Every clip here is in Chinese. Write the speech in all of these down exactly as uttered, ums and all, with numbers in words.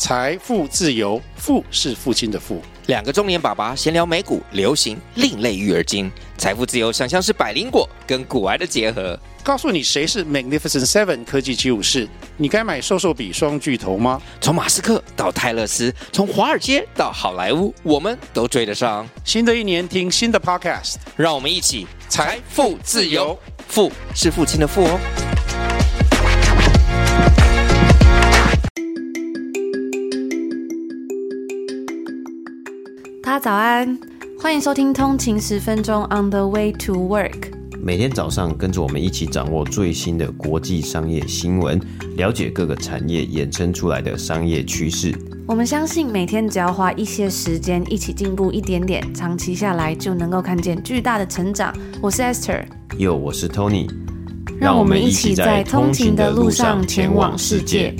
财富自由，富是父亲的富。 两个中年爸爸闲聊美股、流行、另类育儿经，财富自由想象是百灵果跟股癌的结合。 告诉你谁是 Magnificent Seven 科技七武士，你该买瘦瘦比双巨头吗？ 从马斯克到泰勒斯，从华尔街到好莱坞，我们都追得上。 新的一年听新的 Podcast， 让我们一起财富自由， 富是父亲的富哦。 大家早安，欢迎收听通勤十分钟 On the way to work。 每天早上跟着我们一起掌握最新的国际商业新闻，了解各个产业衍生出来的商业趋势。 我们相信每天只要花一些时间一起进步一点点，长期下来就能够看见巨大的成长。我是 Esther， 哟，我是 Tony， 让我们一起在通勤的路上前往世界。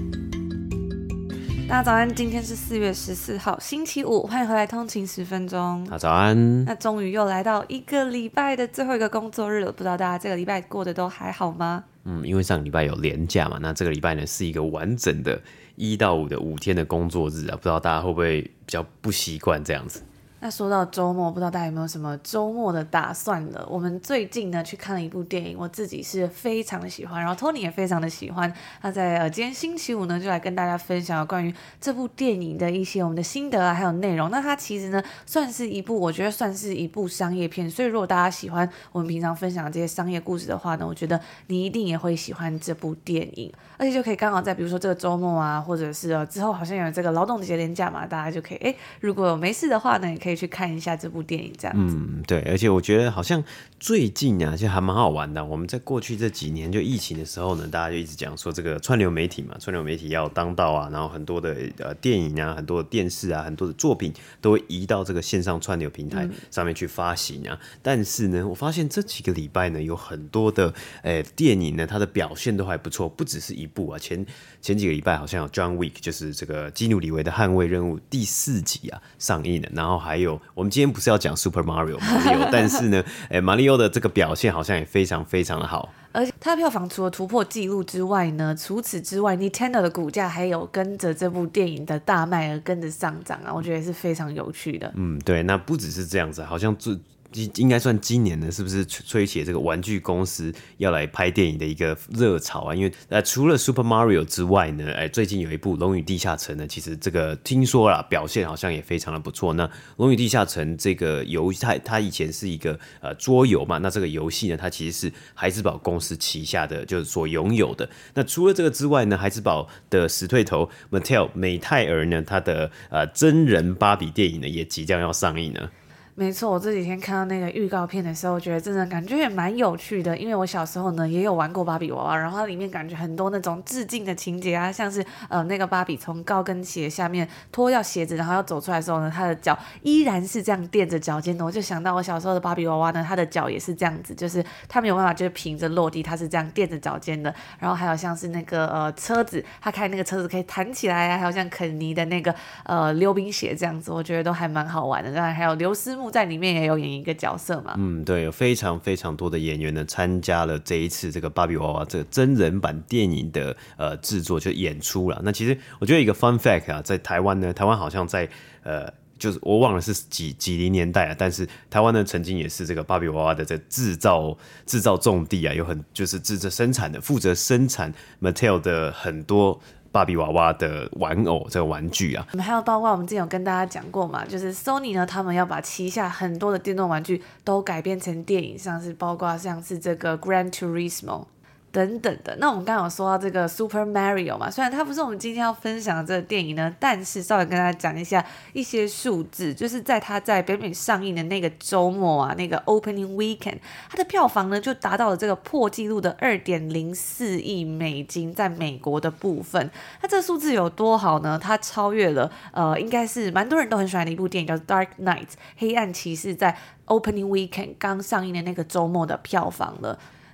大家早安，今天是四月十四号，星期五，欢迎回来通勤十分钟。 大家早安。 那终于又来到一个礼拜的最后一个工作日了，不知道大家这个礼拜过得都还好吗？ 嗯，因为上个礼拜有连假嘛，那这个礼拜呢是一个完整的一到五的五天的工作日啊，不知道大家会不会比较不习惯这样子。 那说到周末，不知道大家有没有什么周末的打算了？我们最近呢去看了一部电影，我自己是非常的喜欢，然后 Tony 也非常的喜欢。那在呃今天星期五呢，就来跟大家分享关于这部电影的一些我们的心得啊，还有内容。那它其实呢算是一部，我觉得算是一部商业片，所以如果大家喜欢我们平常分享的这些商业故事的话呢，我觉得你一定也会喜欢这部电影，而且就可以刚好在比如说这个周末啊，或者是、呃、之后好像有这个劳动节连假嘛，大家就可以哎，如果有没事的话呢，也可以可以去看一下这部电影这样子。 嗯，对，而且我觉得好像最近啊，就还蛮好玩的。我们在过去这几年就疫情的时候呢，大家就一直讲说这个串流媒体嘛，串流媒体要当道啊，然后很多的呃电影啊，很多的电视啊，很多的作品都会移到这个线上串流平台上面去发行啊。嗯、但是呢，我发现这几个礼拜呢，有很多的呃电影呢，它的表现都还不错，不只是一部啊。前前几个礼拜好像有 John Wick， 就是这个基努里维的捍卫任务第四集啊上映了，然后还有我们今天不是要讲 Super Mario 马里奥，但是呢，欸、马里奥的这个表现好像也非常非常的好。 而且它的票房除了突破纪录之外呢，除此之外 Nintendo 的股价还有跟着这部电影的大卖而跟着上涨啊，我觉得也是非常有趣的。 嗯，对，那不只是这样子，好像最应该算今年呢，是不是吹起这个玩具公司要来拍电影的一个热潮啊？因为呃，除了 Super Mario 之外呢，哎，最近有一部《龙与地下城》呢，其实这个听说啦，表现好像也非常的不错。那《龙与地下城》这个游戏，它它以前是一个呃桌游嘛，那这个游戏呢，它其实是孩之宝公司旗下的，就是所拥有的。那除了这个之外呢，孩之宝的死对头 Mattel 美泰儿呢，它的呃真人芭比电影呢，也即将要上映了。 没错，我这几天看到那个预告片的时候，觉得真的感觉也蛮有趣的。因为我小时候呢也有玩过芭比娃娃，然后它里面感觉很多那种致敬的情节啊，像是呃那个芭比从高跟鞋下面脱掉鞋子，然后要走出来的时候呢，她的脚依然是这样垫着脚尖的。我就想到我小时候的芭比娃娃呢，她的脚也是这样子，就是她没有办法就是平着落地，她是这样垫着脚尖的。然后还有像是那个呃车子，她开那个车子可以弹起来啊，还有像肯尼的那个呃溜冰鞋这样子，我觉得都还蛮好玩的。当然还有刘思慕在里面也有演一个角色嘛。 嗯，对，有非常非常多的演员呢参加了这一次这个芭比娃娃这个真人版电影的呃制作，就演出了。那其实我觉得一个 fun fact 啊，在台湾呢，台湾好像在呃。就是我忘了是几几零年代啊，但是台湾呢曾经也是这个芭比娃娃的这制造制造重地啊，有很就是制作生产的负责生产 Mattel 的很多芭比娃娃的玩偶这个玩具啊。 我们还有包括我们之前有跟大家讲过嘛，就是 Sony 呢他们要把旗下很多的电动玩具都改编成电影，像是包括像是这个 Gran Turismo等等的。那我们刚刚有说到这个 Super Mario 嘛，虽然它不是我们今天要分享的这个电影呢，但是稍微跟大家讲一下一些数字，就是在它在北美上映的那个周末啊，那个 Opening Weekend， 它的票房呢就达到了这个破纪录的 二点零四亿美金，在美国的部分。那这个数字有多好呢？它超越了呃，应该是蛮多人都很喜欢的一部电影叫 Dark Knight 黑暗骑士，在 Opening Weekend 刚上映的那个周末的票房了。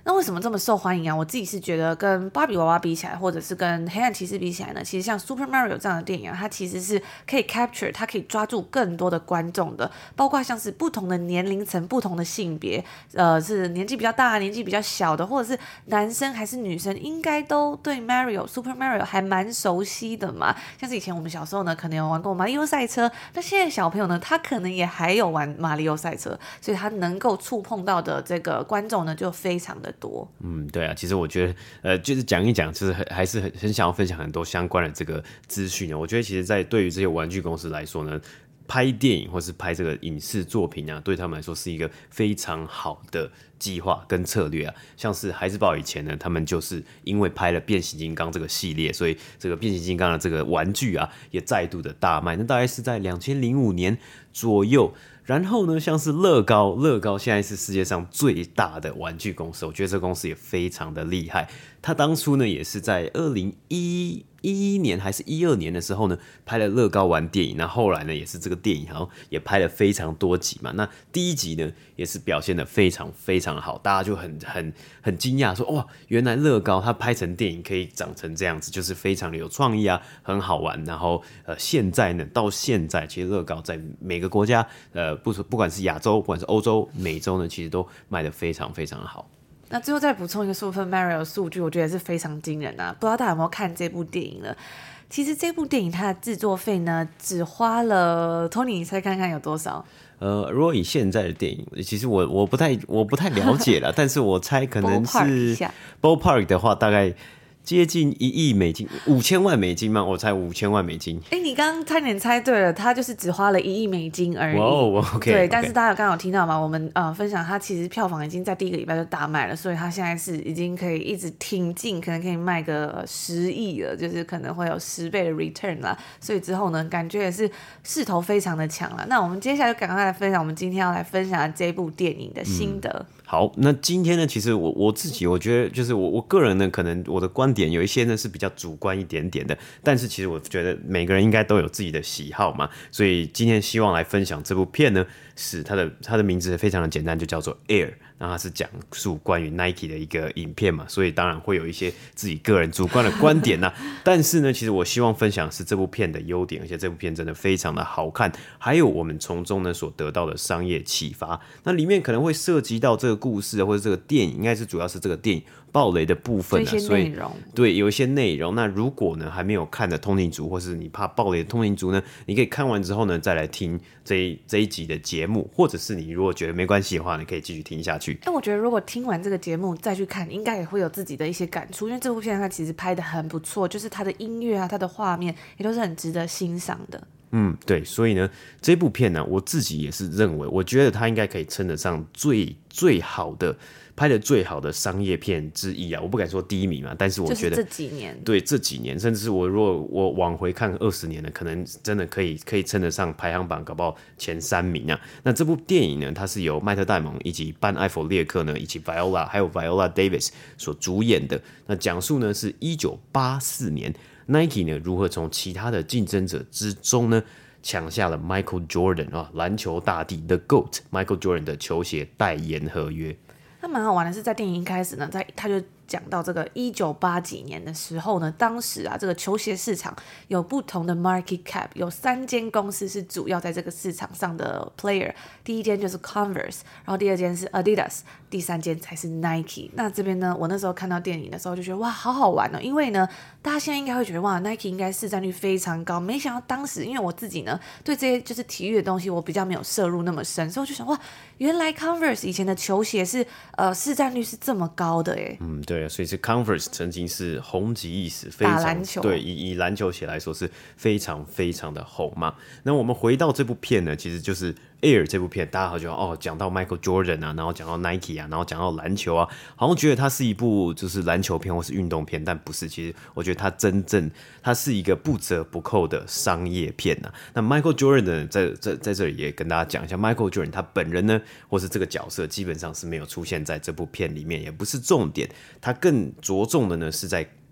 那为什么这么受欢迎啊？我自己是觉得跟芭比娃娃比起来，或者是跟黑暗骑士比起来呢，其实像 Super Mario 这样的电影啊，它其实是可以 capture， 它可以抓住更多的观众的，包括像是不同的年龄层、不同的性别，呃，是年纪比较大、年纪比较小的，或者是男生还是女生，应该都对 Mario Super Mario 还蛮熟悉的嘛。像是以前我们小时候呢，可能有玩过马里奥赛车，那现在小朋友呢，他可能也还有玩马里奥赛车，所以他能够触碰到的这个观众呢，就非常的多。 嗯，对啊，其实我觉得，呃，就是讲一讲，就是还是很很想要分享很多相关的这个资讯呢。我觉得，其实，在对于这些玩具公司来说呢，拍电影或是拍这个影视作品啊，对他们来说是一个非常好的计划跟策略啊。像是孩之宝以前呢，他们就是因为拍了变形金刚这个系列，所以这个变形金刚的这个玩具啊，也再度的大卖。那大概是在两千零五年左右。然后呢，像是乐高，乐高现在是世界上最大的玩具公司，我觉得这公司也非常的厉害。他当初呢，也是在二零一一年还是一二年的时候呢，拍了乐高玩电影。那后来呢，也是这个电影好像也拍了非常多集嘛。那第一集呢，也是表现得非常非常好，大家就很很很惊讶，说哇，原来乐高它拍成电影可以长成这样子，就是非常的有创意啊，很好玩。然后呃，现在呢，到现在其实乐高在每个国家呃。不不管是亚洲，不管是欧洲、美洲呢，其实都卖得非常非常的好。 那最后再补充一个 Super Mario 的数据，我觉得是非常惊人啊！不知道大家有没有看这部电影了？其实这部电影它的制作费呢，只花了 Tony， 你猜看看有多少？ 呃，如果以现在的电影，其实我我不太我不太了解了，但是我猜可能是 Ballpark 的话，大概。接近一亿美金，五千万美金吗？我猜五千万美金。 哎、欸，你刚刚差点猜对了，他就是只花了一亿美金而已。 哇、wow, ，OK。 对， okay. 但是大家有刚好听到吗？我们呃分享，他其实票房已经在第一个礼拜就大卖了，所以他现在是已经可以一直挺进，可能可以卖个十亿了，就是可能会有十倍的 return 啦。所以之后呢，感觉也是势头非常的强了。那我们接下来就赶快来分享我们今天要来分享的这部电影的心得。 嗯好，那今天呢，其实我我自己我觉得就是我我个人呢，可能我的观点有一些呢是比较主观一点点的，但是其实我觉得每个人应该都有自己的喜好嘛，所以今天希望来分享这部片呢，是它的它的名字非常的简单，就叫做 Air。那它是讲述关于 Nike 的一个影片嘛，所以当然会有一些自己个人主观的观点呐、啊。但是呢，其实我希望分享的是这部片的优点，而且这部片真的非常的好看，还有我们从中呢所得到的商业启发。那里面可能会涉及到这个故事或者这个电影，应该是主要是这个电影爆雷的部分啊， 所以对有一些内容。那如果呢还没有看的通勤族，或是你怕爆雷的通勤族呢，你可以看完之后呢再来听这一这一集的节目，或者是你如果觉得没关系的话，你可以继续听下去。 哎，我觉得如果听完这个节目再去看，应该也会有自己的一些感触，因为这部片它其实拍得很不错，就是它的音乐啊、它的画面也都是很值得欣赏的。 嗯，对，所以呢，这部片呢，我自己也是认为，我觉得它应该可以称得上最最好的。拍的最好的商业片之一啊，我不敢说第一名嘛，但是我觉得、 就是、这几年， 对这几年，甚至是我如果我往回看二十年了，可能真的可以可以称得上排行榜搞不好前三名啊。那这部电影呢，它是由迈特戴蒙以及班艾弗列克呢，以及 Viola 还有 Viola Davis 所主演的。那讲述呢是一九八四年 Nike 呢如何从其他的竞争者之中呢抢下了 Michael Jordan 啊，篮球大帝 The GOAT Michael Jordan 的球鞋代言合约。 那蛮好玩的是，在电影一开始呢，在他就讲到这个一九八几年的时候呢，当时啊，这个球鞋市场有不同的 market cap， 有三间公司是主要在这个市场上的 player。第一间就是 Converse， 然后第二间是 Adidas， 第三间才是 Nike。那这边呢，我那时候看到电影的时候就觉得哇，好好玩哦，因为呢，大家现在应该会觉得哇 ，Nike 应该市占率非常高。没想到当时，因为我自己呢，对这些就是体育的东西，我比较没有涉入那么深，所以我就想哇，原来 Converse 以前的球鞋是呃市占率是这么高的耶。 嗯，对。对，所以是 Converse 曾经是红极一时，非常打篮球， 对，以以篮球鞋来说是非常非常的红嘛。那我们回到这部片呢，其实就是 Air 这部片，大家好像哦讲到 Michael Jordan 啊，然后讲到 Nike 啊，然后讲到篮球啊，好像觉得它是一部就是篮球片或是运动片，但不是。其实我觉得它真正它是一个不折不扣的商业片啊。那 Michael Jordan 呢，在在在这里也跟大家讲一下 ，Michael Jordan 他本人呢，或是这个角色，基本上是没有出现在这部片里面，也不是重点。他更着重的呢是在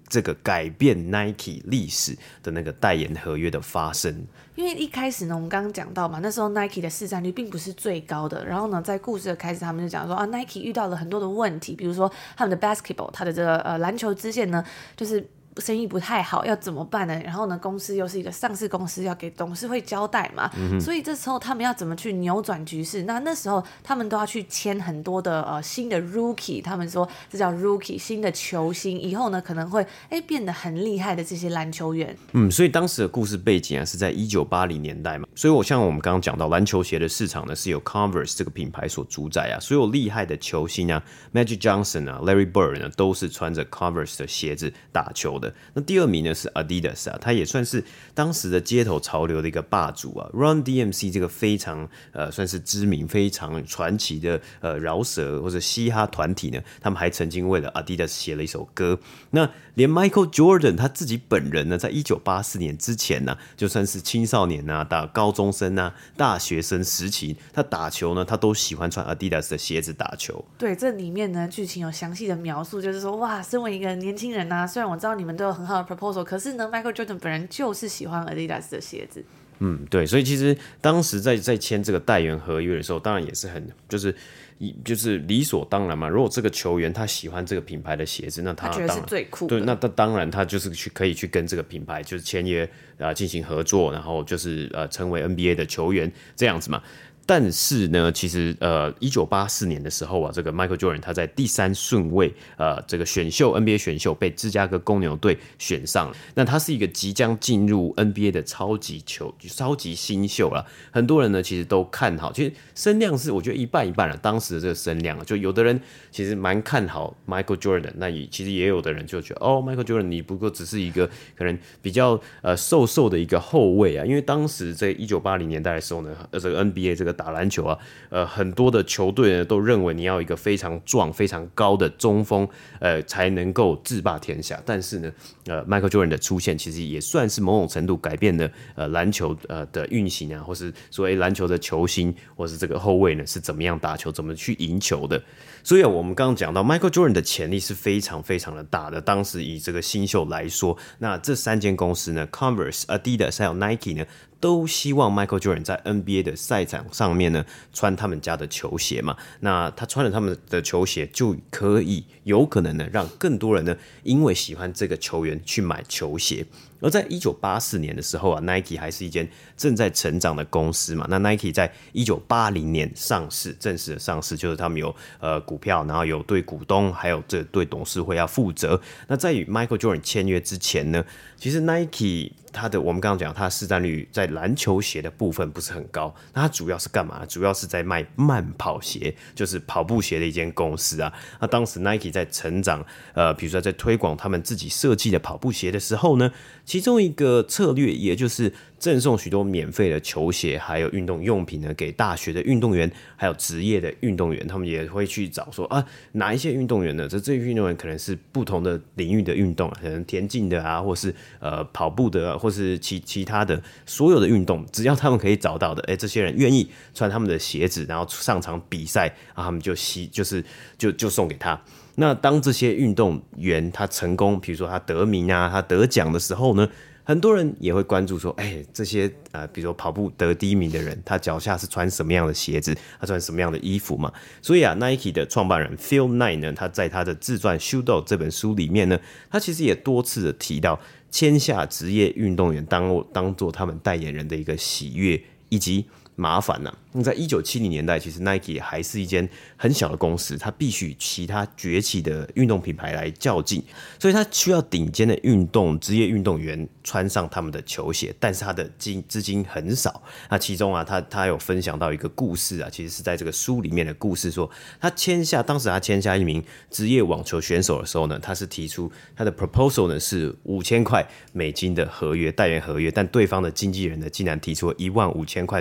这个改变 Nike 历史的那个代言合约的发生。 因为一开始呢，我们刚刚讲到嘛，那时候 Nike 的市占率并不是最高的。然后呢，在故事的开始，他们就讲说啊 ，Nike 遇到了很多的问题，比如说他们的 basketball， 它的这个呃篮球支线呢，就是生意不太好，要怎么办呢？然后呢，公司又是一个上市公司，要给董事会交代嘛，嗯、所以这时候他们要怎么去扭转局势？那那时候他们都要去签很多的呃新的 rookie， 他们说这叫 rookie 新的球星，以后呢可能会哎变得很厉害的这些篮球员。 嗯，所以当时的故事背景啊是在一九八零年代嘛，所以我像我们刚刚讲到篮球鞋的市场呢是由 Converse 这个品牌所主宰啊，所有厉害的球星啊 ，Magic Johnson 啊 ，Larry Bird 呢都是穿着 Converse 的鞋子打球的。那第二名呢是 Adidas 啊，它也算是当时的街头潮流的一个霸主啊。Run D M C 这个非常呃算是知名、非常传奇的呃饶舌或者嘻哈团体呢，他们还曾经为了 Adidas 写了一首歌。那连 Michael Jordan 他自己本人呢，在一九八四年之前呢、啊，就算是青少年啊、打高中生啊、大学生时期，他打球呢，他都喜欢穿 Adidas 的鞋子打球。 对，这里面呢剧情有详细的描述，就是说哇，身为一个年轻人啊，虽然我知道你们都有很好的 proposal， 可是呢 ，Michael Jordan 本人就是喜欢 Adidas 的鞋子。 嗯，对，所以其实当时在在签这个代言合约的时候，当然也是很就是就是理所当然嘛。如果这个球员他喜欢这个品牌的鞋子，那他他觉得是最酷的。 对，那他当然他就是去可以去跟这个品牌就是签约啊、呃，进行合作，然后就是呃成为 N B A 的球员这样子嘛。但是呢，其实呃，一九八四年的时候啊，这个 Michael Jordan 他在第三顺位呃这个选秀 N B A 选秀被芝加哥公牛队选上了。那他是一个即将进入 N B A 的超级球超级新秀啦，很多人呢其实都看好，其实声量是我觉得一半一半了。当时的这个声量啊，就有的人其实蛮看好 Michael Jordan， 那也其实也有的人就觉得哦 ，Michael Jordan 你不过只是一个可能比较呃瘦瘦的一个后卫啊，因为当时在一九八零年代的时候呢，呃这个 N B A 这个打篮球啊，呃，很多的球队呢都认为你要一个非常壮、非常高的中锋，呃，才能够制霸天下。但是呢，呃 ，Michael Jordan 的出现其实也算是某种程度改变了呃篮球呃的运行啊，或是所谓篮球的球星，或是这个后卫呢是怎么样打球、怎么去赢球的。所以啊，我们刚刚讲到 Michael Jordan 的潜力是非常非常的大的。当时以这个新秀来说，那这三间公司呢 ，Converse、Adidas 还有 Nike 呢，都希望 Michael Jordan 在 N B A 的赛场上面呢穿他们家的球鞋嘛。那他穿了他们的球鞋，就可以有可能呢让更多人呢因为喜欢这个球员去买球鞋。而在一九八四年的时候啊 ，Nike 还是一间正在成长的公司嘛。那 Nike 在一九八零年上市，正式的上市，就是他们有呃股票，然后有对股东，还有这对董事会要负责。那在与 Michael Jordan 签约之前呢，其实 Nike 它的我们刚刚讲，它的市占率在篮球鞋的部分不是很高。那它主要是干嘛？主要是在卖慢跑鞋，就是跑步鞋的一间公司啊。那当时 Nike 在成长，呃，比如说在推广他们自己设计的跑步鞋的时候呢，其中一个策略也就是赠送许多免费的球鞋，还有运动用品呢，给大学的运动员，还有职业的运动员，他们也会去找说啊，哪一些运动员呢？这这些运动员可能是不同的领域的运动，可能田径的啊，或是呃跑步的、啊，或是其其他的所有的运动，只要他们可以找到的，哎，这些人愿意穿他们的鞋子，然后上场比赛啊，他们就吸就是就就送给他。那当这些运动员他成功，比如说他得名啊，他得奖的时候呢，很多人也会关注说，哎、欸，这些呃，比如说跑步得第一名的人，他脚下是穿什么样的鞋子，他穿什么样的衣服嘛？所以啊 ，Nike 的创办人 Phil Knight 呢，他在他的自传《Shoe Dog》这本书里面呢，他其实也多次的提到签下职业运动员当当做他们代言人的一个喜悦以及麻烦呐、啊。那在一九七零年代，其实 Nike 还是一间很小的公司，它必须与其他崛起的运动品牌来较劲，所以它需要顶尖的运动职业运动员穿上他们的球鞋，但是它的资金很少。那其中啊，他他有分享到一个故事啊，其实是在这个书里面的故事说，他签下当时他签下一名职业网球选手的时候呢，他是提出他的 proposal 呢是五千块美金的合约代言合约，但对方的经纪人呢竟然提出了一万五千块美金。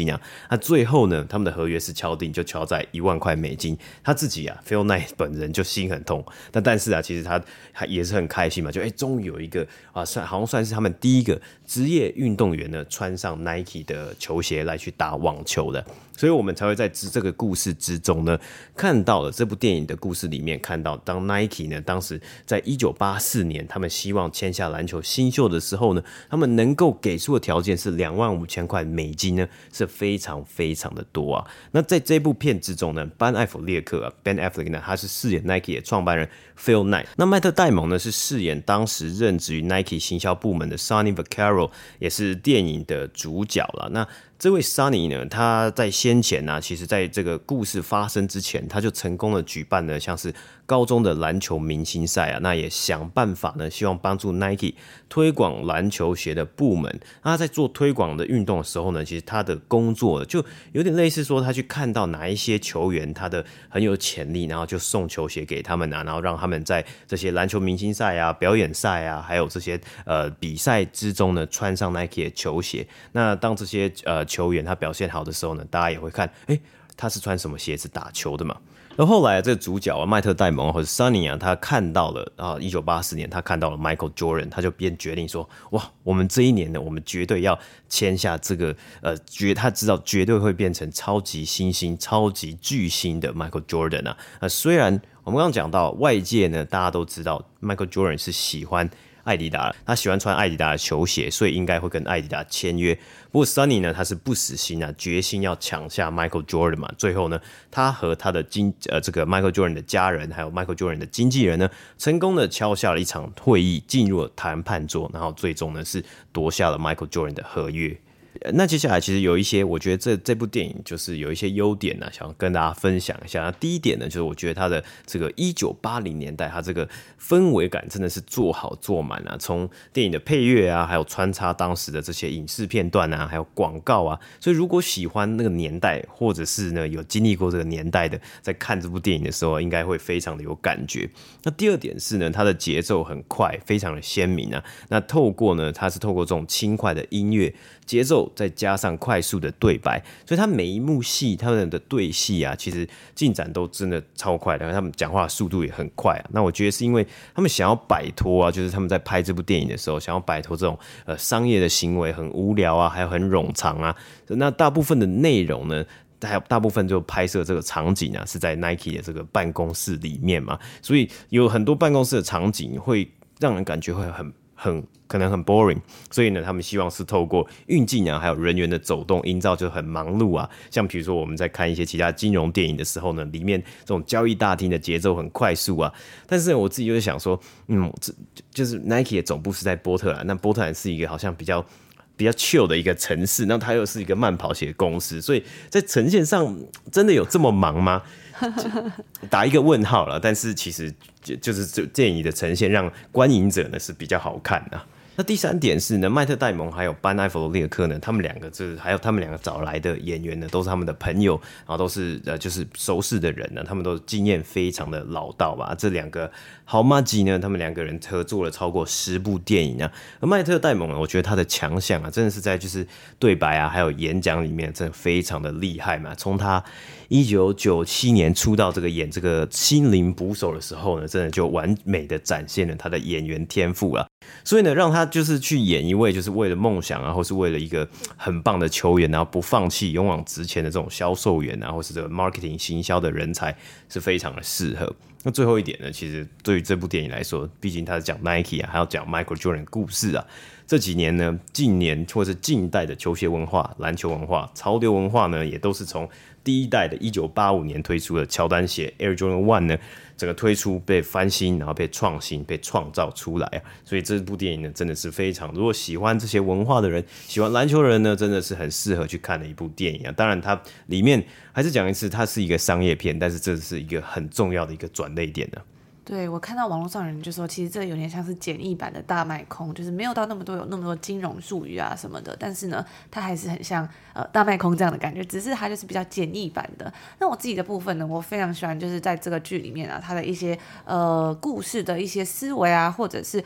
金啊。那最后呢，他们的合约是敲定，就敲在一万块美金。他自己啊 ，Phil Knight 本人就心很痛，但但是啊，其实他还也是很开心嘛，就哎，终于有一个啊，算好像算是他们第一个职业运动员呢穿上 Nike 的球鞋来去打网球的。所以我们才会在这个故事之中呢，看到了这部电影的故事里面看到，当 Nike 呢，当时在一九八四年，他们希望签下篮球新秀的时候呢，他们能够给出的条件是两万五千块美金呢，是非常非常的多啊。那在这部片之中呢，班艾弗列克啊 ，Ben Affleck 呢，他是饰演 Nike 的创办人 Phil Knight， 那迈特戴蒙呢是饰演当时任职于 Nike 行销部门的 Sonny Vaccaro， 也是电影的主角了。那这位 Sonny 呢，他在先前啊，其实在这个故事发生之前，他就成功的举办了像是高中的篮球明星赛啊，那也想办法呢，希望帮助 Nike 推广篮球鞋的部门。那他在做推广的运动的时候呢，其实他的工作就有点类似说，他去看到哪一些球员他的很有潜力，然后就送球鞋给他们啊，然后让他们在这些篮球明星赛啊、表演赛啊，还有这些呃比赛之中呢，穿上 Nike 的球鞋。那当这些呃球员他表现好的时候呢，大家也会看，哎，他是穿什么鞋子打球的嘛？而后来、啊、这个主角啊，迈特戴蒙或者 Sonny 啊，他看到了啊，一九八四年他看到了 Michael Jordan， 他就便决定说，哇，我们这一年呢，我们绝对要签下这个呃，绝他知道绝对会变成超级新星、超级巨星的 Michael Jordan 啊。呃，虽然我们刚刚讲到外界呢，大家都知道 Michael Jordan 是喜欢艾迪达，他喜欢穿艾迪达的球鞋，所以应该会跟艾迪达签约。不过 Sonny 呢，他是不死心啊，决心要抢下 Michael Jordan 嘛。最后呢，他和他的经呃这个 Michael Jordan 的家人，还有 Michael Jordan 的经纪人呢，成功的敲下了一场会议，进入了谈判桌，然后最终呢是夺下了 Michael Jordan 的合约。那接下来其实有一些，我觉得这这部电影就是有一些优点呢、啊，想跟大家分享一下。那第一点呢，就是我觉得它的这个一九八零年代，它这个氛围感真的是做好做满啊。从电影的配乐啊，还有穿插当时的这些影视片段啊，还有广告啊，所以如果喜欢那个年代，或者是呢有经历过这个年代的，在看这部电影的时候，应该会非常的有感觉。那第二点是呢，它的节奏很快，非常的鲜明啊。那透过呢，它是透过这种轻快的音乐节奏，再加上快速的对白，所以他每一幕戏他们的对戏啊，其实进展都真的超快的，他们讲话的速度也很快啊。那我觉得是因为他们想要摆脱啊，就是他们在拍这部电影的时候，想要摆脱这种呃商业的行为很无聊啊，还有很冗长啊。那大部分的内容呢，还有大部分就拍摄这个场景啊，是在 Nike 的这个办公室里面嘛，所以有很多办公室的场景会让人感觉会很很可能很 boring， 所以呢，他们希望是透过运镜啊，还有人员的走动，营造就很忙碌啊。像比如说我们在看一些其他金融电影的时候呢，里面这种交易大厅的节奏很快速啊。但是我自己就想说，嗯，这就是 Nike 的总部是在波特兰，那波特兰是一个好像比较比较 chill 的一个城市，那它又是一个慢跑鞋公司，所以在呈现上真的有这么忙吗？打一个问号了。但是其实就就是电影的呈现让观影者呢是比较好看的、啊。那第三点是呢，迈特戴蒙还有班艾弗罗列克呢，他们两个就是还有他们两个找来的演员呢，都是他们的朋友，然后都是呃就是熟识的人呢，他们都经验非常的老道吧。这两个好麻吉呢，他们两个人合作了超过十部电影啊。而迈特戴蒙呢，我觉得他的强项啊，真的是在就是对白啊，还有演讲里面，真的非常的厉害嘛。从他一九九七年出道这个演这个心灵捕手的时候呢，真的就完美的展现了他的演员天赋啊。所以呢，让他就是去演一位就是为了梦想啊，或是为了一个很棒的球员，然后不放弃、勇往直前的这种销售员啊，或是这个 marketing 行销的人才，是非常的适合。那最后一点呢，其实对于这部电影来说，毕竟他是讲 Nike 啊，还要讲 Michael Jordan 的故事啊。这几年呢，近年或是近代的球鞋文化、篮球文化、潮流文化呢，也都是从第一代的一九八五年推出的乔丹鞋 Air Jordan One 呢，整个推出被翻新，然后被创新、被创造出来啊。所以这部电影呢，真的是非常，如果喜欢这些文化的人，喜欢篮球的人呢，真的是很适合去看的一部电影啊。当然，它里面还是讲一次，它是一个商业片，但是这是一个很重要的一个转捩点呢、啊。 对，我看到网络上有人就说，其实这有点像是简易版的大卖空，就是没有到那么多有那么多金融术语啊什么的，但是呢，它还是很像呃大卖空这样的感觉，只是它就是比较简易版的。那我自己的部分呢，我非常喜欢就是在这个剧里面啊，它的一些呃故事的一些思维啊，或者是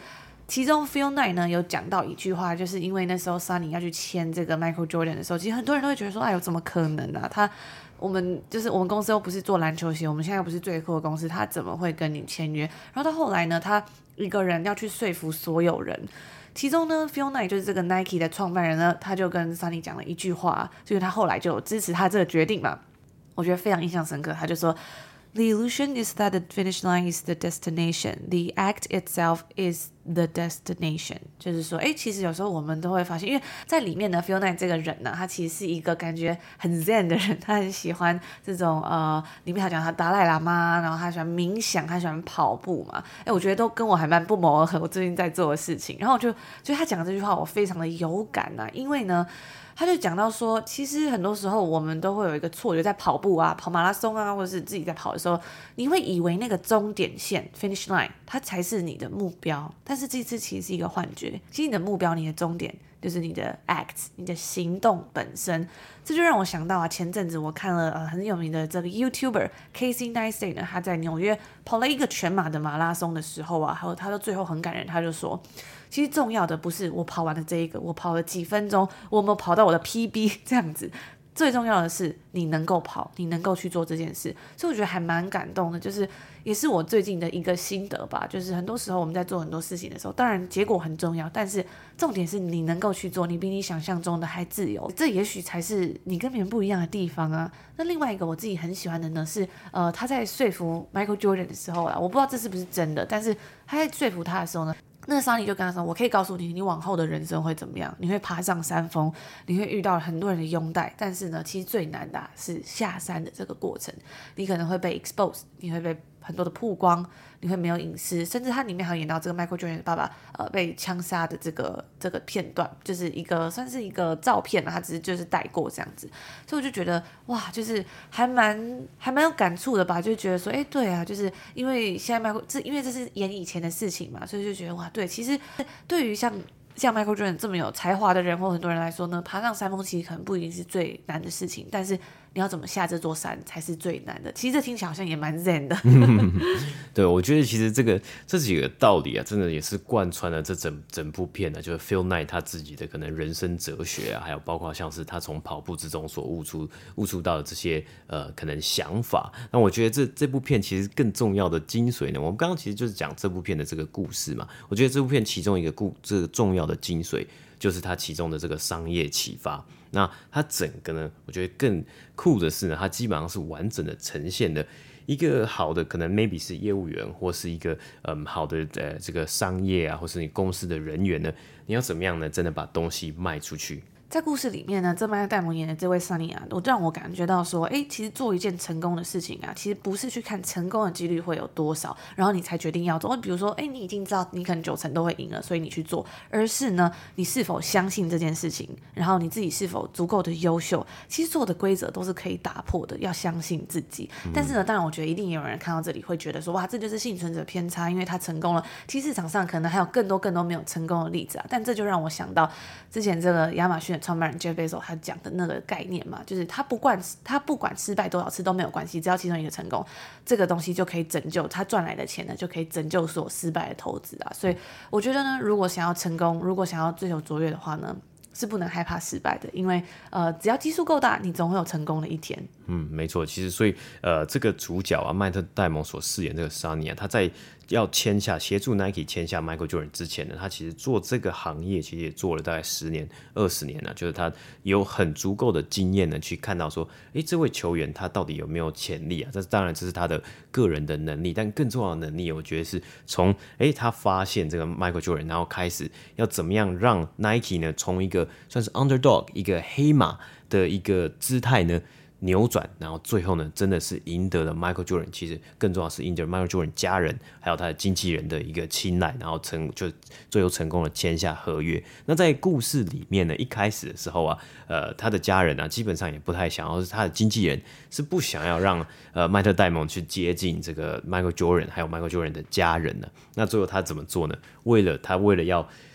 其中 Phil Knight 呢有讲到一句话，就是因为那时候 Sonny 要去签这个 Michael Jordan 的时候，其实很多人都会觉得说，哎呦，怎么可能啊？他我们就是我们公司又不是做篮球鞋，我们现在又不是最酷的公司，他怎么会跟你签约？然后到后来呢，他一个人要去说服所有人。其中呢 Phil Knight 就是这个 Nike 的创办人呢，他就跟 Sonny 讲了一句话，就是他后来就支持他这个决定嘛，我觉得非常印象深刻。他就说 The illusion is that the finish line is the destination. The act itself is the destination. 就是说，哎，其实有时候我们都会发现，因为在里面呢 Phil Knight 这个人呢，他其实是一个感觉很 zen 的人，他很喜欢这种呃，里面他讲他达赖喇嘛，然后他喜欢冥想，他喜欢跑步嘛，哎，我觉得都跟我还蛮不谋而合，我最近在做的事情。然后我就觉得他讲的这句话我非常的有感啊，因为呢他就讲到说，其实很多时候我们都会有一个错觉，在跑步啊、跑马拉松啊，或者是自己在跑的时候，你会以为那个终点线 finish line 它才是你的目标，但是这次其实是一个幻觉。其实你的目标、你的终点就是你的 act， 你的行动本身。这就让我想到啊，前阵子我看了呃很有名的这个 YouTuber Casey Neistat 呢，他在纽约跑了一个全马的马拉松的时候啊，还有他到最后很感人，他就说，其实重要的不是我跑完了这一个，我跑了几分钟，我有没有跑到我的 P B 这样子，最重要的是你能够跑，你能够去做这件事。所以我觉得还蛮感动的，就是也是我最近的一个心得吧，就是很多时候我们在做很多事情的时候，当然结果很重要，但是重点是你能够去做，你比你想象中的还自由，这也许才是你跟别人不一样的地方啊。那另外一个我自己很喜欢的呢是呃他在说服 Michael Jordan 的时候啊，我不知道这是不是真的，但是他在说服他的时候呢，那个 Sonny 就跟他说，我可以告诉你，你往后的人生会怎么样，你会爬上山峰，你会遇到很多人的拥戴，但是呢其实最难的、啊、是下山的这个过程，你可能会被 expose， 你会被很多的曝光，你会没有隐私，甚至它里面还有演到这个 Michael Jordan 的爸爸呃被枪杀的这个这个片段，就是一个算是一个照片啊，他只是就是带过这样子，所以我就觉得哇，就是还蛮还蛮有感触的吧，就觉得说，哎，对啊，就是因为现在 Michael 这因为这是演以前的事情嘛，所以就觉得哇，对，其实对于像像 Michael Jordan 这么有才华的人或很多人来说呢，爬上山峰其实可能不一定是最难的事情，但是你要怎么下这座山才是最难的。其实这听起来好像也蛮 zen 的。 对，我觉得其实这个这几个道理啊，真的也是贯穿了这整整部片的，就是 Phil Knight 他自己的可能人生哲学啊，还有包括像是他从跑步之中所悟出悟出到的这些呃可能想法。那我觉得这这部片其实更重要的精髓呢，我们刚刚其实就是讲这部片的这个故事嘛。我觉得这部片其中一个故这个重要的精髓，就是它其中的这个商业启发。那它整个呢，我觉得更酷的是呢，它基本上是完整的呈现的一个好的，可能 maybe 是业务员，或是一个嗯好的呃这个商业啊，或是你公司的人员呢，你要怎么样呢，真的把东西卖出去。 在故事里面呢，这麦克戴蒙演的这位 Sonny 啊，我让我感觉到说，哎，其实做一件成功的事情啊，其实不是去看成功的几率会有多少，然后你才决定要做。比如说，哎，你已经知道你可能九成都会赢了，所以你去做，而是呢，你是否相信这件事情，然后你自己是否足够的优秀。其实所有的规则都是可以打破的，要相信自己。嗯、但是呢，当然我觉得一定有人看到这里会觉得说，哇，这就是幸存者偏差，因为他成功了。其实市场上可能还有更多更多没有成功的例子啊。但这就让我想到之前这个亚马逊的创办人 Jeff Bezos 他讲的那个概念嘛，就是他不管他不管失败多少次都没有关系，只要其中一个成功，这个东西就可以拯救他赚来的钱呢，就可以拯救所有失败的投资啊。所以我觉得呢，如果想要成功，如果想要追求卓越的话呢，是不能害怕失败的，因为呃，只要基数够大，你总会有成功的一天。 嗯，没错。其实，所以呃，这个主角啊，麦特戴蒙所饰演这个 Sonny 啊，他在要签下协助 Nike 签下 Michael Jordan 之前呢，他其实做这个行业其实也做了大概十年、二十年了，就是他有很足够的经验呢，去看到说，哎，这位球员他到底有没有潜力啊？这当然这是他的个人的能力，但更重要的能力，我觉得是从哎他发现这个 Michael Jordan， 然后开始要怎么样让 Nike 呢从一个算是 underdog 一个黑马的一个姿态呢扭转，然后最后呢，真的是赢得了 Michael Jordan， 其实更重要是赢得 Michael Jordan 家人还有他的经纪人的一个青睐，然后成就最后成功的签下合约。那在故事里面呢，一开始的时候啊，呃，他的家人啊，基本上也不太想要，是他的经纪人是不想要让呃麦特戴蒙去接近这个 Michael Jordan 还有 Michael Jordan 的家人呢。那最后他怎么做呢？为了他为了要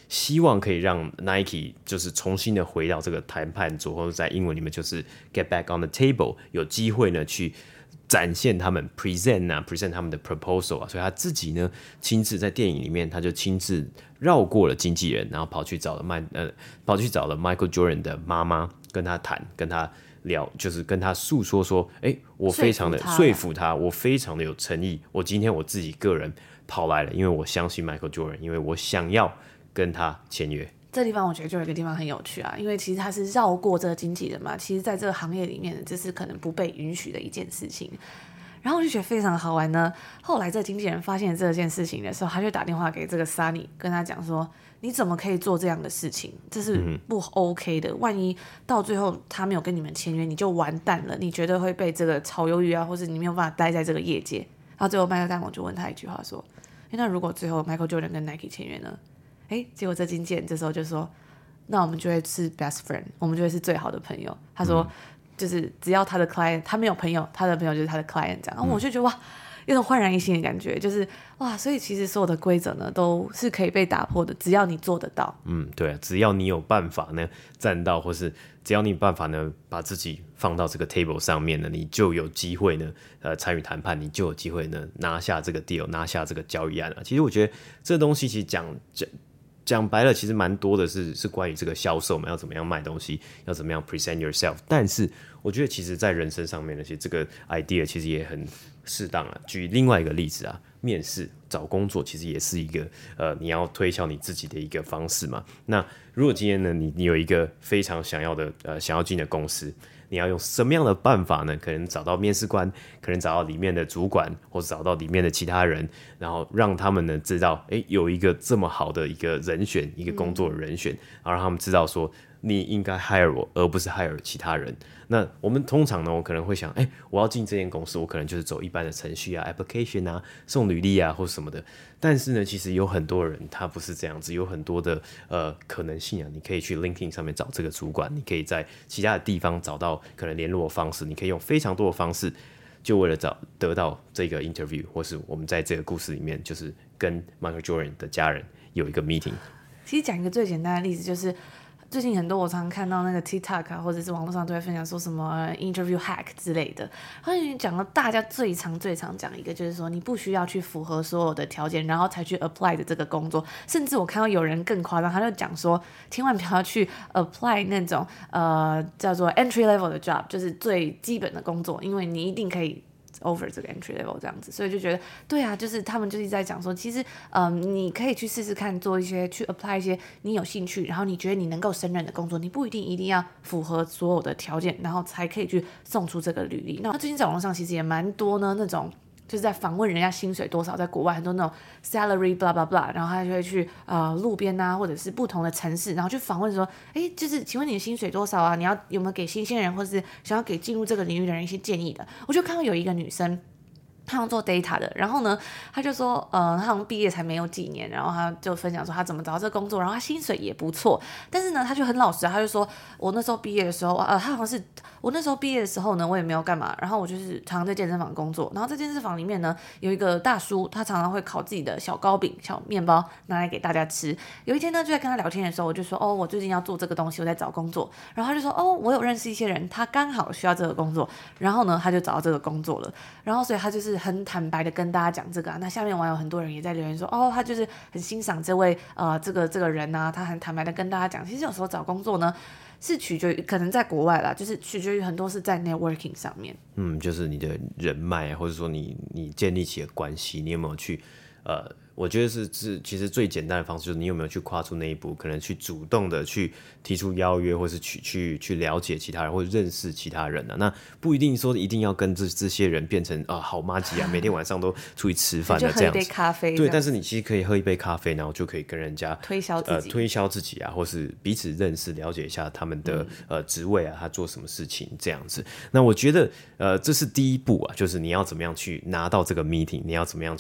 希望可以让 Nike 就是重新的回到这个谈判桌，或者在英文里面就是 get back on the table， 有机会呢去展现他们 present 啊 present 他们的 proposal 啊，所以他自己呢亲自在电影里面他就亲自绕过了经纪人，然后跑去找了麦呃跑去找了 Michael Jordan 的妈妈，跟他谈，跟他聊，就是跟他诉说说，哎，我非常的说服他，我非常的有诚意，我今天我自己个人跑来了，因为我相信 Michael Jordan， 因为我想要跟他签约。 这地方我觉得就有一个地方很有趣啊，因为其实他是绕过这个经纪人嘛，其实在这个行业里面这是可能不被允许的一件事情。然后我就觉得非常好玩呢。后来这个经纪人发现这件事情的时候，他就打电话给这个 Sunny， 跟他讲说：“你怎么可以做这样的事情？这是不 OK 的。万一到最后他没有跟你们签约，你就完蛋了，你绝对会被这个炒鱿鱼啊，或是你没有办法待在这个业界。”然后最后麦克戴蒙就问他一句话说：“那如果最后 Michael Jordan 跟 Nike 签约呢？”哎，结果这经纪人这时候就说：“那我们就会是 best friend， 我们就会是最好的朋友。”他说。嗯就是只要他的 client， 他没有朋友，他的朋友就是他的 client 这样。然后我就觉得哇，有种焕然一新的感觉，就是哇，所以其实所有的规则呢都是可以被打破的，只要你做得到。 嗯，对啊，只要你有办法呢站到，或是只要你有办法呢把自己放到这个 table 上面呢，你就有机会呢呃参与谈判，你就有机会呢拿下这个 deal， 拿下这个交易案啊。其实我觉得这东西其实讲讲。讲白了，其实蛮多的是是关于这个销售嘛，要怎么样卖东西，要怎么样 present yourself。但是我觉得，其实在人生上面呢，其实这个 idea 其实也很适当啊。举另外一个例子啊，面试找工作其实也是一个呃，你要推销你自己的一个方式嘛。那如果今天呢，你你有一个非常想要的呃想要进的公司。你要用什么样的办法呢？可能找到面试官，可能找到里面的主管，或者找到里面的其他人，然后让他们呢知道，哎，有一个这么好的一个人选，一个工作的人选，嗯、然后让他们知道说，你应该 hire 我，而不是 hire 其他人。那我们通常呢，我可能会想，哎，我要进这间公司，我可能就是走一般的程序啊 ，application 啊，送履历啊，或什么的。但是呢，其实有很多人他不是这样子，有很多的呃可能性啊。你可以去 LinkedIn 上面找这个主管，你可以在其他的地方找到可能联络的方式，你可以用非常多的方式，就为了找得到这个 interview， 或是我们在这个故事里面，就是跟 Michael Jordan 的家人有一个 meeting。 其实讲一个最简单的例子，就是最近很多我常常看到那个 TikTok 啊，或者是网络上都会分享说什么、呃、interview hack 之类的。然后你讲了大家最常最常讲一个，就是说你不需要去符合所有的条件，然后才去 apply 的这个工作。甚至我看到有人更夸张，他就讲说，千万不要去 apply 那种呃叫做 entry level 的 job， 就是最基本的工作，因为你一定可以。over 这个 entry level 这样子，所以就觉得对啊，就是他们就是在讲说，其实嗯，你可以去试试看做一些去 apply 一些你有兴趣，然后你觉得你能够胜任的工作，你不一定一定要符合所有的条件，然后才可以去送出这个履历。那最近在网络上其实也蛮多呢那种。就是在访问人家薪水多少，在国外很多那种 salary blah blah blah， 然后他就会去呃路边啊，或者是不同的城市，然后去访问说，哎，就是请问你的薪水多少啊？你要有没有给新鲜人，或者是想要给进入这个领域的人一些建议的？我就看到有一个女生。他好像做 data 的，然后呢，他就说，呃，他好像毕业才没有几年，然后他就分享说他怎么找到这个工作，然后他薪水也不错，但是呢，他就很老实，他就说，我那时候毕业的时候，呃，他好像是我那时候毕业的时候呢，我也没有干嘛，然后我就是常常在健身房工作，然后在健身房里面呢，有一个大叔，他常常会烤自己的小糕饼、小面包拿来给大家吃。有一天呢，就在跟他聊天的时候，我就说，哦，我最近要做这个东西，我在找工作，然后他就说，哦，我有认识一些人，他刚好需要这个工作，然后呢，他就找到这个工作了，然后所以他就是很坦白的。跟大家讲这个、啊，那下面网友很多人也在留言说，哦，他就是很欣赏这位呃这个这个人啊，他很坦白的跟大家讲，其实有时候找工作呢是取决于，可能在国外啦，就是取决于很多是在 networking 上面， 嗯，就是你的人脉，或者说你你建立起的关系，你有没有去呃。我觉得是是，其实最简单的方式就是你有没有去跨出那一步，可能去主动的去提出邀约，或是去去去了解其他人，或者认识其他人啊。那不一定说一定要跟这这些人变成啊好麻吉啊，每天晚上都出去吃饭的这样子。 就喝一杯咖啡。 对，但是你其实可以喝一杯咖啡，然后就可以跟人家推销自己， 呃、推销自己啊，或是彼此认识，了解一下他们的、嗯、呃职位啊，他做什么事情这样子。那我觉得呃这是第一步啊，就是你要怎么样去拿到这个 meeting， 你要怎么样去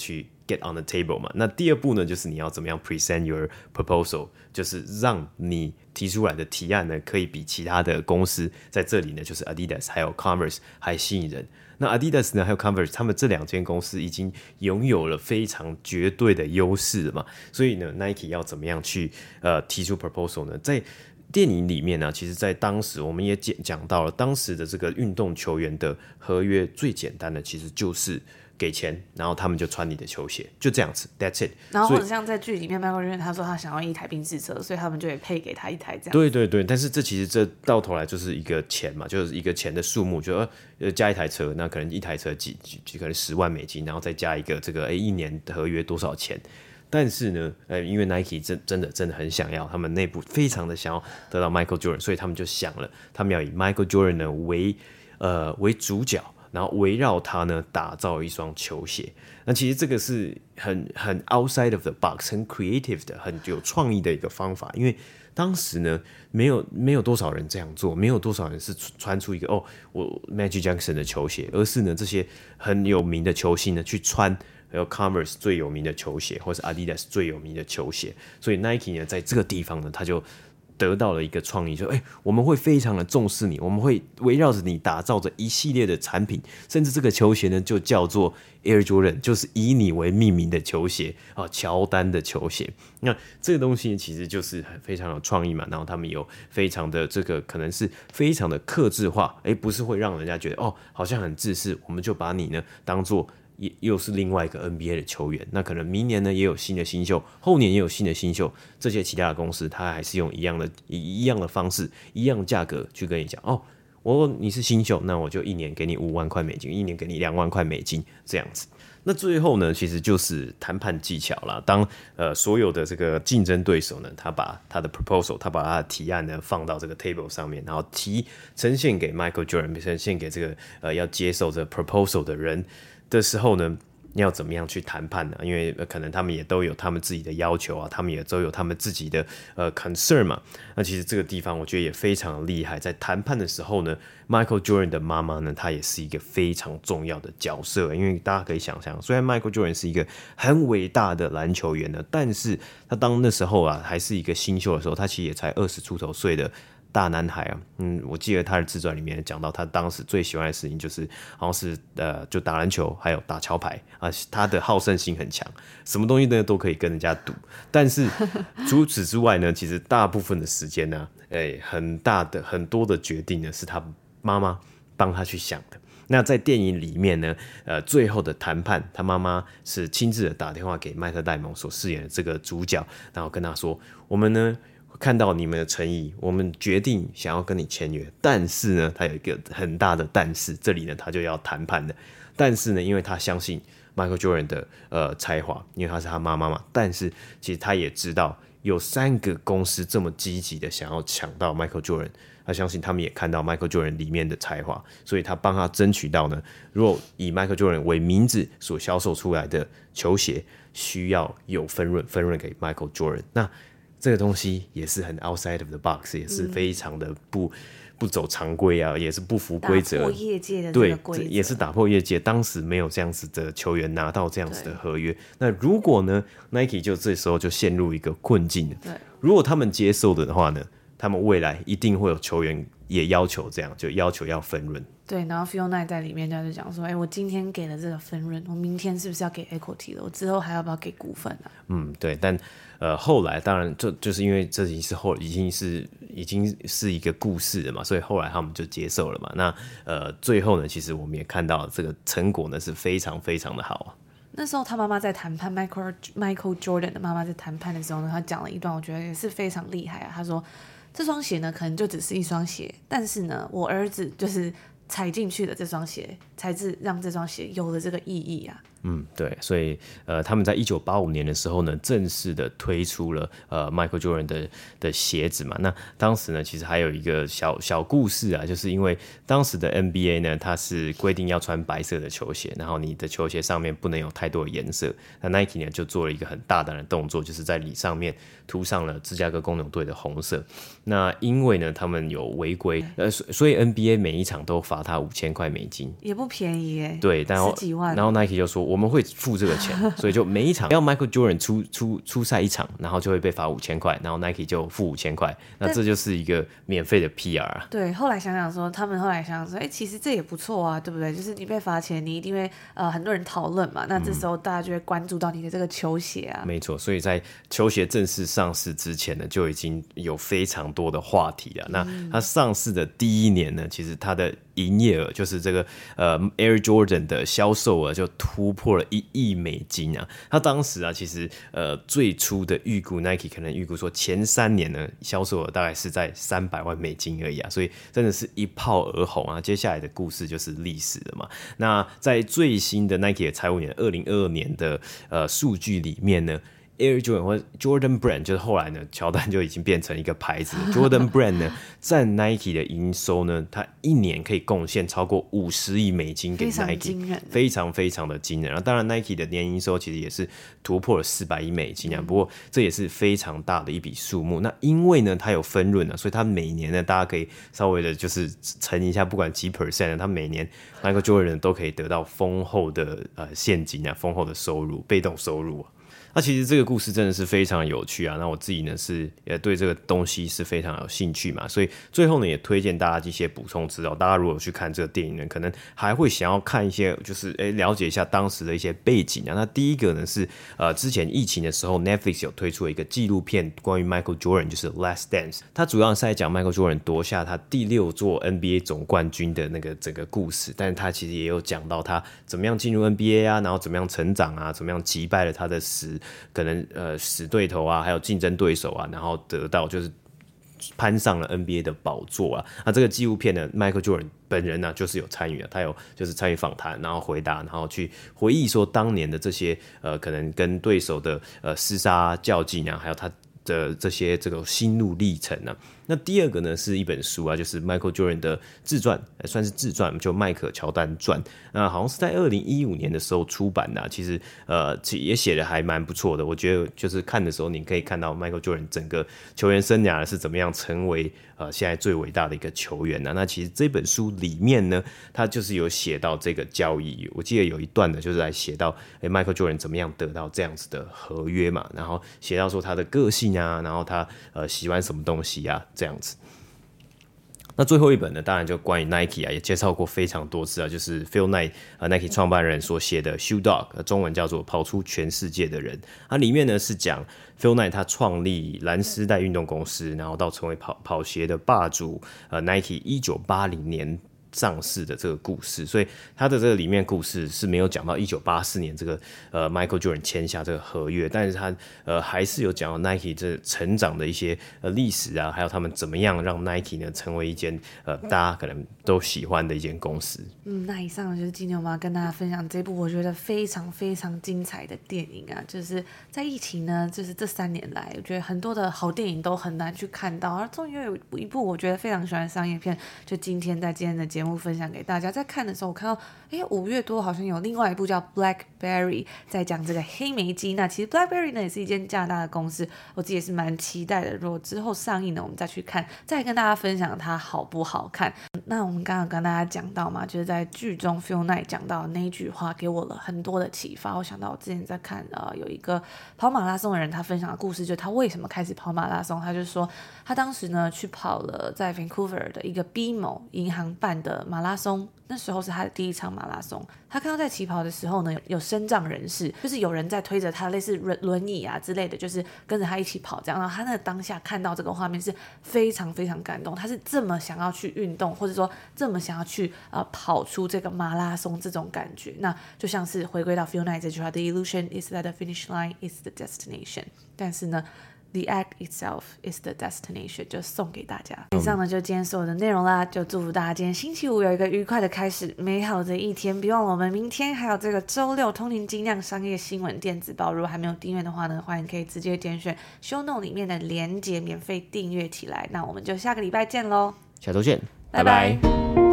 get on the table 嘛。那第二步呢，就是你要怎么样 present your proposal， 就是让你提出来的提案呢，可以比其他的公司在这里呢，就是 Adidas 还有 Converse 还吸引人。那 Adidas 呢，还有 Converse， 他们这两间公司已经拥有了非常绝对的优势了嘛，所以呢 ，Nike 要怎么样去呃提出 proposal 呢？在电影里面呢、啊，其实在当时我们也讲到了，当时的这个运动球员的合约最简单的其实就是给钱，然后他们就穿你的球鞋，就这样子 ，That's it。 然后或者像在剧里面，Michael Jordan 他说他想要一台宾士车，所以他们就会配给他一台这样。 对对对，但是这其实这到头来就是一个钱嘛，就是一个钱的数目，就呃加一台车，那可能一台车几几几可能十万美金，然后再加一个这个哎一年的合约多少钱。但是呢，呃，因为 Nike 真真的真的很想要，他们内部非常的想要得到 Michael Jordan， 所以他们就想了，他们要以 Michael Jordan 呢为呃为主角，然后围绕他呢打造一双球鞋。那其实这个是很很 outside of the box， 很 creative 的，很有创意的一个方法。因为当时呢，没有没有多少人这样做，没有多少人是穿出一个哦，我 Magic Johnson 的球鞋，而是呢这些很有名的球星呢去穿。还有 Converse 最有名的球鞋，或是 Adidas 最有名的球鞋，所以 Nike 呢，在这个地方呢，他就得到了一个创意，就哎、欸，我们会非常的重视你，我们会围绕着你打造着一系列的产品，甚至这个球鞋呢，就叫做 Air Jordan， 就是以你为命名的球鞋啊，乔丹的球鞋。那这个东西其实就是非常有创意嘛，然后他们有非常的这个可能是非常的客制化，哎、欸，不是会让人家觉得哦，好像很自私，我们就把你呢当做。也又是另外一个 N B A 的球员，那可能明年呢也有新的新秀，后年也有新的新秀，这些其他的公司，他还是用一样的以一样的方式、一样的价格去跟你讲，哦，我你是新秀，那我就一年给你五万块美金，一年给你两万块美金这样子。那最后呢，其实就是谈判技巧啦。当呃所有的这个竞争对手呢，他把他的 proposal， 他把他的提案呢放到这个 table 上面，然后提呈现给 Michael Jordan， 呈现给这个呃要接受这个 proposal 的人。的时候呢，要怎么样去谈判呢？因为、呃、可能他们也都有他们自己的要求啊，他们也都有他们自己的呃 concern 嘛。那其实这个地方我觉得也非常厉害，在谈判的时候呢 ，Michael Jordan 的妈妈呢，她也是一个非常重要的角色。因为大家可以想象，虽然 Michael Jordan 是一个很伟大的篮球员呢，但是他当那时候啊还是一个新秀的时候，他其实也才二十出头岁的。大男孩啊，嗯，我记得他的自传里面讲到，他当时最喜欢的事情就是好像是呃，就打篮球，还有打桥牌啊。他的好胜心很强，什么东西呢都可以跟人家赌。但是除此之外呢，其实大部分的时间呢，哎，很大的很多的决定呢是他妈妈帮他去想的。那在电影里面呢，呃，最后的谈判，他妈妈是亲自的打电话给迈特戴蒙所饰演的这个主角，然后跟他说，我们呢。看到你们的诚意，我们决定想要跟你签约，但是呢，他有一个很大的但是，这里呢他就要谈判的。但是呢，因为他相信 Michael Jordan 的呃才华，因为他是他妈妈嘛，但是其实他也知道有三个公司这么积极的想要抢到 Michael Jordan， 他相信他们也看到 Michael Jordan 里面的才华，所以他帮他争取到呢，如果以 Michael Jordan 为名字所销售出来的球鞋，需要有分润，分润给 Michael Jordan。那这个东西也是很 outside of the box， 也是非常的不、嗯、不走常规啊，也是不符规则， 打破业界的这个规则， 对，也是打破业界。当时没有这样子的球员拿到这样子的合约，那如果呢 ，Nike 就这时候就陷入一个困境了。 对， 如果他们接受的话呢，他们未来一定会有球员也要求这样，就要求要分润。 对，然后 Fiona 在里面就讲说，哎，我今天给了这个分润，我明天是不是要给 equity 了？我之后还要不要给股份啊？ 嗯，对，但呃后来当然就就是因为这已经是后已经是已经是一个故事了嘛，所以后来他们就接受了嘛。那呃最后呢，其实我们也看到这个成果呢是非常非常的好啊。 那时候他妈妈在谈判 Michael Michael Jordan 的妈妈在谈判的时候呢，他讲了一段，我觉得也是非常厉害啊。他说这双鞋呢可能就只是一双鞋，但是呢我儿子就是踩进去的这双鞋，才是让这双鞋有了这个意义啊。 嗯，对，所以呃，他们在一九八五年的时候呢，正式的推出了呃 Michael Jordan 的的鞋子嘛。那当时呢，其实还有一个小小故事啊，就是因为当时的 N B A 呢，它是规定要穿白色的球鞋，然后你的球鞋上面不能有太多的颜色。那 Nike 呢就做了一个很大胆的动作，就是在里上面涂上了芝加哥公牛队的红色。那因为呢，他们有违规，呃，所以 N B A 每一场都罚他五千块美金， 也不便宜耶。 对，然后十几万， 然后 Nike 就说。 我们会付这个钱，所以就每一场要 Michael Jordan 出出出赛一场，然后就会被罚五千块，然后 Nike 就付五千块，那这就是一个免费的 P R 啊。 对，后来想想说，他们后来想想说，哎，其实这也不错啊，对不对？就是你被罚钱，你一定会呃很多人讨论嘛，那这时候大家就会关注到你的这个球鞋啊。 没错，所以在球鞋正式上市之前呢，就已经有非常多的话题了。那它上市的第一年呢，其实它的营业额就是这个呃 Air Jordan 的销售额就突破了一亿美金啊！它当时啊，其实呃最初的预估 Nike 可能预估说前三年呢销售额大概是在三百万美金而已啊，所以真的是一炮而红啊！接下来的故事就是历史了嘛。那在最新的 Nike 的财务年二零二二年的呃数据里面呢， Air Jordan 或 Jordan Brand 就是后来呢，乔丹就已经变成一个牌子了。Jordan Brand 呢，占 Nike 的营收呢，它一年可以贡献超过五十亿美金给 Nike， 非常惊人， 非常非常的惊人。然后当然 Nike 的年营收其实也是突破了四百亿美金啊，不过这也是非常大的一笔数目。那因为呢，它有分润啊，所以它每年呢，大家可以稍微的就是乘一下，不管几 percent， 它每年 Michael Jordan 都可以得到丰厚的呃现金啊，丰厚的收入，被动收入啊。那其实这个故事真的是非常有趣啊！那我自己呢是也对这个东西是非常有兴趣嘛，所以最后呢也推荐大家一些补充资料。大家如果去看这个电影呢，可能还会想要看一些，就是诶了解一下当时的一些背景啊。那第一个呢是呃之前疫情的时候 ，Netflix 有推出一个纪录片关于 Michael Jordan， 就是 Last Dance， 它主要是在讲 Michael Jordan 夺下他第六座 N B A 总冠军的那个整个故事，但是他其实也有讲到他怎么样进入 N B A 啊，然后怎么样成长啊，怎么样击败了他的死可能呃死对头啊，还有竞争对手啊，然后得到就是攀上了 N B A 的宝座啊。那这个纪录片呢 ，Michael Jordan 本人呢、啊、就是有参与啊，他有就是参与访谈，然后回答，然后去回忆说当年的这些呃可能跟对手的呃厮杀较劲啊，还有他的这些这个心路历程啊。那第二个呢是一本书啊，就是 Michael Jordan 的自传，算是自传，就迈克乔丹传。那好像是在二零一五年的时候出版的、啊，其实呃也写的还蛮不错的。我觉得就是看的时候，你可以看到 Michael Jordan 整个球员生涯是怎么样成为呃现在最伟大的一个球员呢、啊？那其实这本书里面呢，他就是有写到这个交易。我记得有一段呢，就是来写到诶 Michael Jordan 怎么样得到这样子的合约嘛，然后写到说他的个性啊，然后他呃喜欢什么东西啊。这样子，那最后一本呢，当然就关于 Nike 啊，也介绍过非常多次啊，就是 Phil Knight 呃 Nike 创办人所写的 Shoe Dog， 中文叫做跑出全世界的人。它里面呢是讲 Phil Knight 他创立蓝丝带运动公司，然后到成为跑跑鞋的霸主，呃 Nike 一九八零年上市的这个故事，所以他的这个里面故事是没有讲到一九八四年这个呃 Michael Jordan 签下这个合约，但是他呃还是有讲到 Nike 这成长的一些呃历史啊，还有他们怎么样让 Nike 呢成为一间呃大家可能都喜欢的一间公司。 嗯，那以上就是今天我们要跟大家分享这部我觉得非常非常精彩的电影啊，就是在疫情呢，就是这三年来，我觉得很多的好电影都很难去看到，而终于有一部我觉得非常喜欢的商业片，就今天在今天的节目分享给大家。在看的时候，我看到，哎，五月多好像有另外一部叫 Blackberry， 在讲这个黑莓机。那其实 Blackberry 呢也是一间加拿大的公司，我自己也是蛮期待的。如果之后上映呢，我们再去看，再跟大家分享它好不好看。那我们刚刚跟大家讲到嘛，就是在剧中 Phil Knight 讲到的那一句话，给我了很多的启发。我想到我之前在看呃有一个跑马拉松的人，他分享的故事，就是他为什么开始跑马拉松。他就说他当时呢去跑了在 Vancouver 的一个 B M O 银行办的马拉松，那时候是他的第一场马拉松。他看到在起跑的时候呢，有身障人士，就是有人在推着他，类似轮椅啊之类的，就是跟着他一起跑这样。然后他那个当下看到这个画面是非常非常感动，他是这么想要去运动，或者说这么想要去呃跑出这个马拉松这种感觉。那就像是回归到 Phil Knight 这句话 ，The illusion is that the finish line is the destination。但是呢，The act itself is the destination， 就送给大家。以上呢就今天所有的内容啦，就祝福大家今天星期五有一个愉快的开始，美好的一天。别忘了我们明天还有这个周六通勤精酿商业新闻电子报，如果还没有订阅的话呢，欢迎可以直接点选 show note 里面的连结免费订阅起来。那我们就下个礼拜见咯， 下周见， 拜拜。 拜拜。